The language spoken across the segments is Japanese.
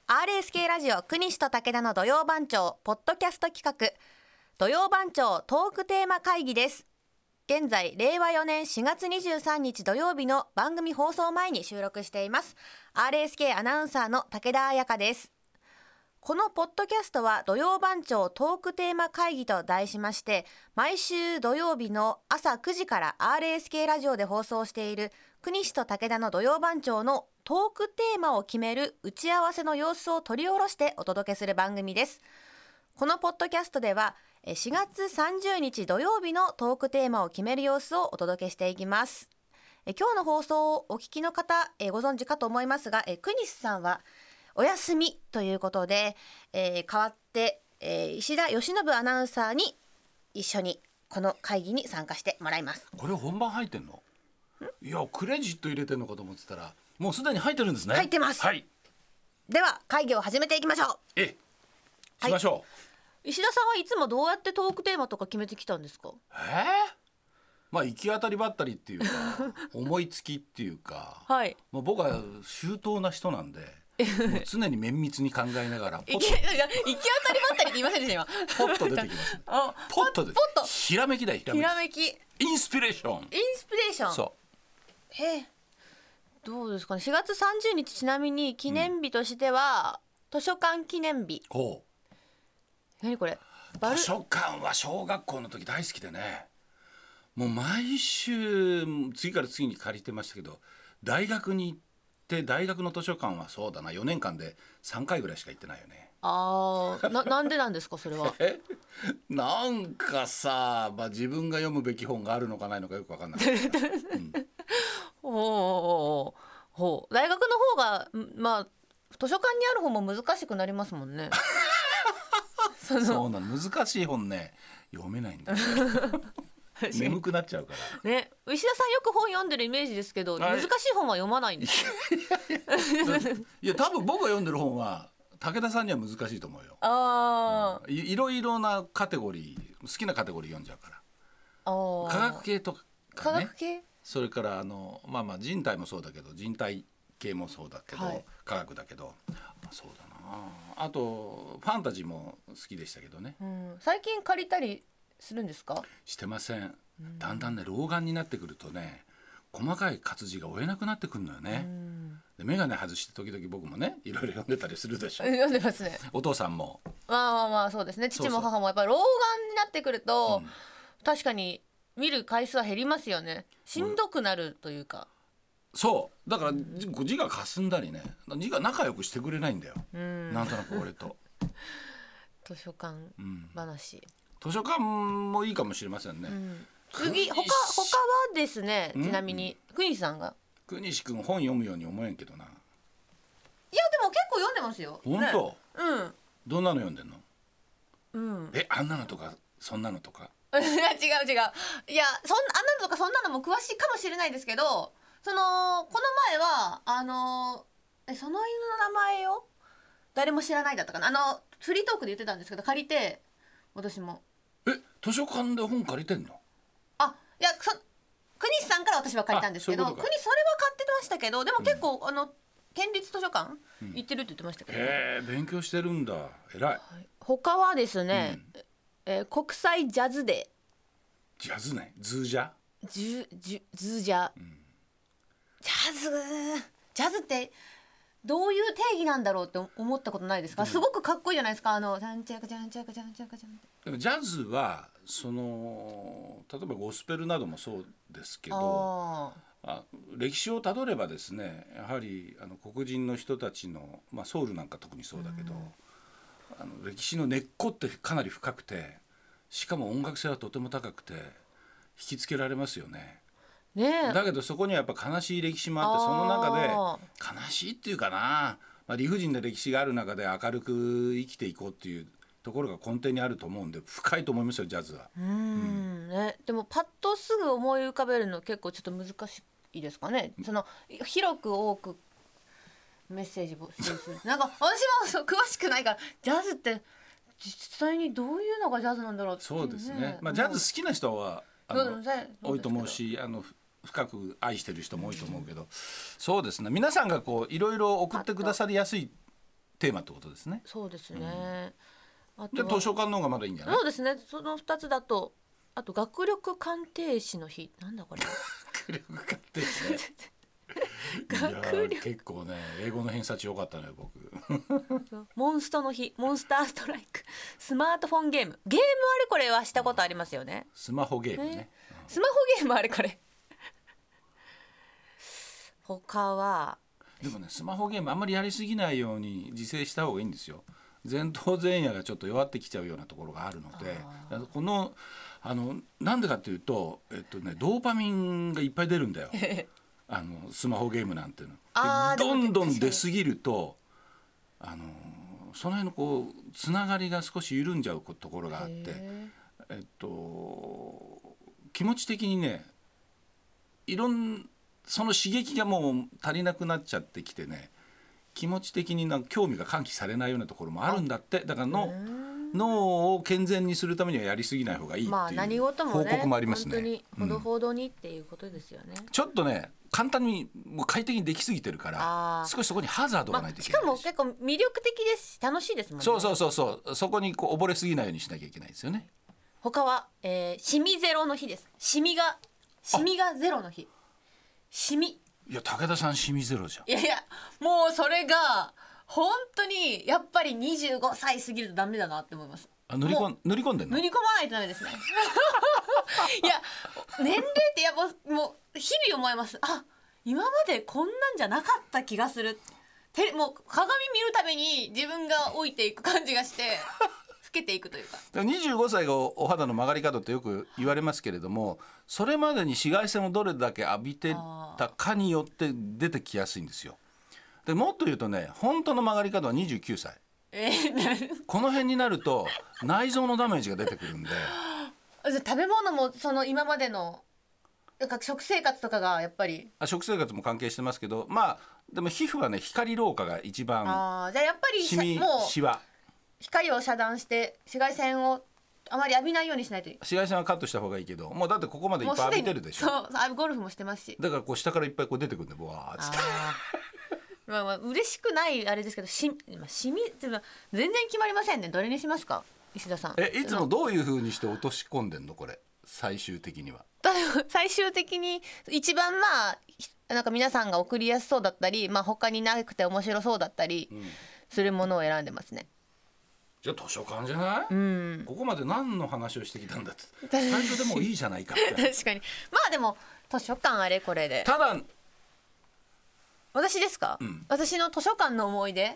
RSK ラジオ国西と武田の土曜番長ポッドキャスト企画土曜番長トークテーマ会議です。現在令和4年4月23日土曜日の番組放送前に収録しています。 RSK アナウンサーの武田彩香です。このポッドキャストは土曜番長トークテーマ会議と題しまして、毎週土曜日の朝9時から RSK ラジオで放送している国西と武田の土曜番長のトークテーマを決める打ち合わせの様子を取り下ろしてお届けする番組です。このポッドキャストでは4月30日土曜日のトークテーマを決める様子をお届けしていきます。今日の放送をお聞きの方ご存知かと思いますが、国西さんはお休みということで、代わって、石田義信アナウンサーに一緒にこの会議に参加してもらいます。 これ本番入ってんの？いやクレジット入れてんのかと思ってたらもうすでに入ってるんですね。 入ってます、 はい、 では会議を始めていきましょう。 しましょう、はい、 石田さんはいつもどうやってトークテーマとか決めてきたんですか？ まあ行き当たりばったりっていうか思いつきっていうか、 はい、 もう僕は周到な人なんでもう常に綿密に考えながら行き当たりばったりって言いませんでした今ポッと出てきますポッと出てひらめきだよ、 ひらめき、 インスピレーションそうどうですかね。4月30日ちなみに記念日としては、図書館記念日。何これ？ 図書館は小学校の時大好きでね、もう毎週次から次に借りてましたけど、大学に行って大学の図書館はそうだな4年間で3回ぐらいしか行ってないよね。 なんでなんですかそれは？ なんかさ、自分が読むべき本があるのかないのかよく分かんない、大学の方が図書館にある本も難しくなりますもんねそうなの、難しい本ね読めないんだよ眠くなっちゃうからね。 石田さんよく本読んでるイメージですけど、難しい本は読まないんですよいや多分僕が読んでる本は武田さんには難しいと思うよ。いろいろなカテゴリー、好きなカテゴリー読んじゃうから。科学系とかね、 科学系、 それから人体もそうだけど人体系もそうだけど、科学だけど、そうだな、あとファンタジーも好きでしたけどね、 最近借りたりするんですか？ してません。だんだんね老眼になってくるとね、細かい活字が追えなくなってくるのよね。で眼鏡外して時々僕もねいろいろ読んでたりするでしょ。 読んでますね。 お父さんもそうですね。父も母もやっぱり老眼になってくると、確かに見る回数は減りますよね。しんどくなるというか、 そうだから字が霞んだりね、字が仲良くしてくれないんだよ、なんとなく俺と図書館話、 図書館もいいかもしれませんね、 次他はですね、ちなみに国西さんが。 国西君本読むように思えんけどな。いやでも結構読んでますよ。 本当？どんなの読んでんの？あんなのとかそんなのとか違う、いやあんなのとかそんなのも詳しいかもしれないですけど、この前はその犬の名前を誰も知らないだったかな、フリートークで言ってたんですけど、借りて私も図書館で本借りてんの？ いや国西さんから私は借りたんですけど、国西それは買ってましたけど、でも結構、県立図書館行ってるって言ってましたけど、 勉強してるんだ、偉い。 他はですね、国際ジャズデー。 ジャズね、ズージャズージャ、ジャズってどういう定義なんだろうって思ったことないですか？すごくかっこいいじゃないですか、ジャンチャカジャンチャカジャンチャカジャン。 でもジャズは例えばゴスペルなどもそうですけど、歴史をたどればですね、やはり黒人の人たちの、ソウルなんか特にそうだけど、歴史の根っこってかなり深くて、しかも音楽性はとても高くて引きつけられますよね。だけどそこにはやっぱ悲しい歴史もあって、その中で悲しいっていうかな、理不尽な歴史がある中で明るく生きていこうっていうところが根底にあると思うんで、深いと思いますよジャズは。 でもパッとすぐ思い浮かべるの結構ちょっと難しいですかね。広く多くメッセージ募集するなんか私も詳しくないから、ジャズって実際にどういうのがジャズなんだろうって、 そうですね、ジャズ好きな人は多いと思うし、深く愛してる人も多いと思うけど、そうですね、皆さんがいろいろ送ってくださりやすいテーマってことですね。 そうですね、あで図書館の方がまだいいんじゃない？ そうですね、その2つだと、あと学力鑑定士の日、なんだこれ学力鑑定士ね学力結構ね英語の偏差値良かったのよ僕モンストの日、モンスターストライク、スマートフォンゲームあれこれはしたことありますよね。 スマホゲームね、 スマホゲームあれこれ他はでもねスマホゲームあんまりやりすぎないように自制した方がいいんですよ。前頭前野がちょっと弱ってきちゃうようなところがあるので、このなんでかっていうと、ドーパミンがいっぱい出るんだよスマホゲームなんていうのどんどん出過ぎるとその辺のこうつながりが少し緩んじゃうところがあって、気持ち的にねその刺激がもう足りなくなっちゃってきてね、気持ち的に興味が喚起されないようなところもあるんだって。だから脳を健全にするためにはやりすぎない方がいいっていう報告もありますね。 本当にほどほどにっていうことですよね、 ちょっとね簡単にもう快適にできすぎてるから少しそこにハザードがないといけない、 しかも結構魅力的ですし楽しいですもんね。 そうそこにこう溺れすぎないようにしなきゃいけないですよね。 他は、シミゼロの日です。シミがゼロの日。シミ、 いや武田さんシミゼロじゃん。 いやもうそれが本当にやっぱり25歳過ぎるとダメだなって思います。 塗り込んでんの？ 塗り込まないとダメですねいや年齢ってやっぱもう日々思います。今までこんなんじゃなかった気がする。もう鏡見るたびに自分が老いていく感じがして老けていくというか。 25歳がお肌の曲がり角ってよく言われますけれども、それまでに紫外線をどれだけ浴びてたかによって出てきやすいんですよ。でもっと言うとね、本当の曲がり角は29歳。この辺になると内臓のダメージが出てくるんで食べ物もその今までの食生活とかがやっぱり食生活も関係してますけど、でも皮膚はね光老化が一番。 じゃあやっぱりシワ光を遮断して紫外線をあまり浴びないようにしないといい。 紫外線はカットした方がいいけど、もうだってここまでいっぱい浴びてるでしょ。 そうゴルフもしてますし、 だからこう下からいっぱいこう出てくるんでボワーッつって嬉しくないあれですけど、シミ全然決まりませんね。どれにしますか石田さん。 いつもどういう風にして落とし込んでんのこれ最終的には。 最終的に一番なんか皆さんが送りやすそうだったり、他になくて面白そうだったりするものを選んでますね。 じゃあ図書館じゃない、ここまで何の話をしてきたんだって最初でもいいじゃないかって確かにでも図書館あれこれで。 ただ私ですか、私の図書館の思い出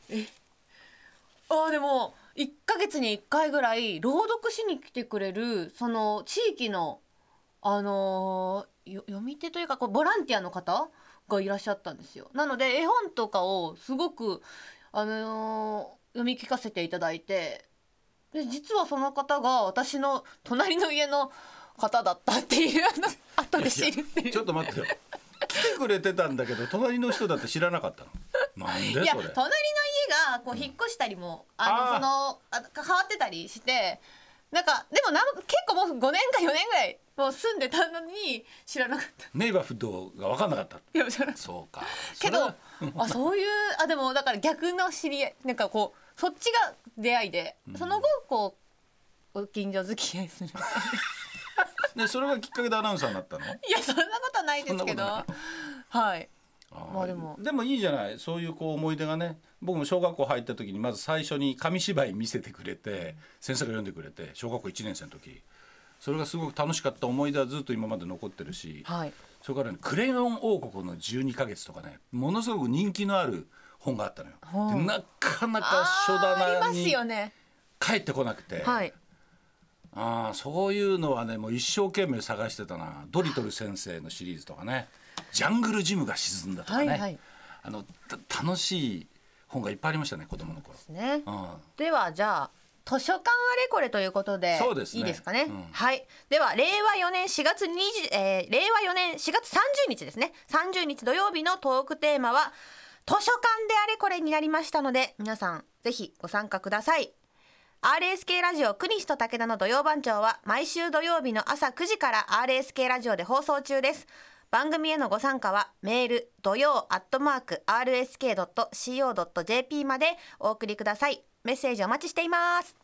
でも1ヶ月に1回ぐらい朗読しに来てくれるその地域の読み手というかボランティアの方がいらっしゃったんですよ。なので絵本とかをすごく読み聞かせていただいて、で実はその方が私の隣の家の方だったっていう後で知るっていう。 ちょっと待ってよ来てくれてたんだけど隣の人だって知らなかったの？なんでそれ？ いや隣の家がこう引っ越したりも、変わってたりして、でも結構もう5年か4年ぐらいもう住んでたのに知らなかった。 ネイバーフッドが分かんなかった。 いやそうか。 けどそういうでもだから逆の知り合いそっちが出会いで、その後ご近所付き合いするでそれがきっかけでアナウンサーになったの？いやそんなことはないですけど、はい。 でもいいじゃない。そういう思い出がね。僕も小学校入った時にまず最初に紙芝居見せてくれて、先生が読んでくれて、小学校1年生の時それがすごく楽しかった思い出はずっと今まで残ってるし、それからねクレヨン王国の12ヶ月とかね、ものすごく人気のある本があったのよ。でなかなか書棚に帰ってこなくて、そういうのはねもう一生懸命探してたな。ドリトル先生のシリーズとかね、ジャングルジムが沈んだとかね、楽しい本がいっぱいありましたね子供の頃ですね。 ではじゃあ図書館あれこれということで、 そうですね、 いいですかね。では令和4年4月30日ですね、30日土曜日のトークテーマは図書館であれこれになりましたので、皆さんぜひご参加ください。RSK ラジオ国西と武田の土曜番長は毎週土曜日の朝9時から RSK ラジオで放送中です。 番組へのご参加はメール土曜@rsk.co.jp までお送りください。メッセージお待ちしています。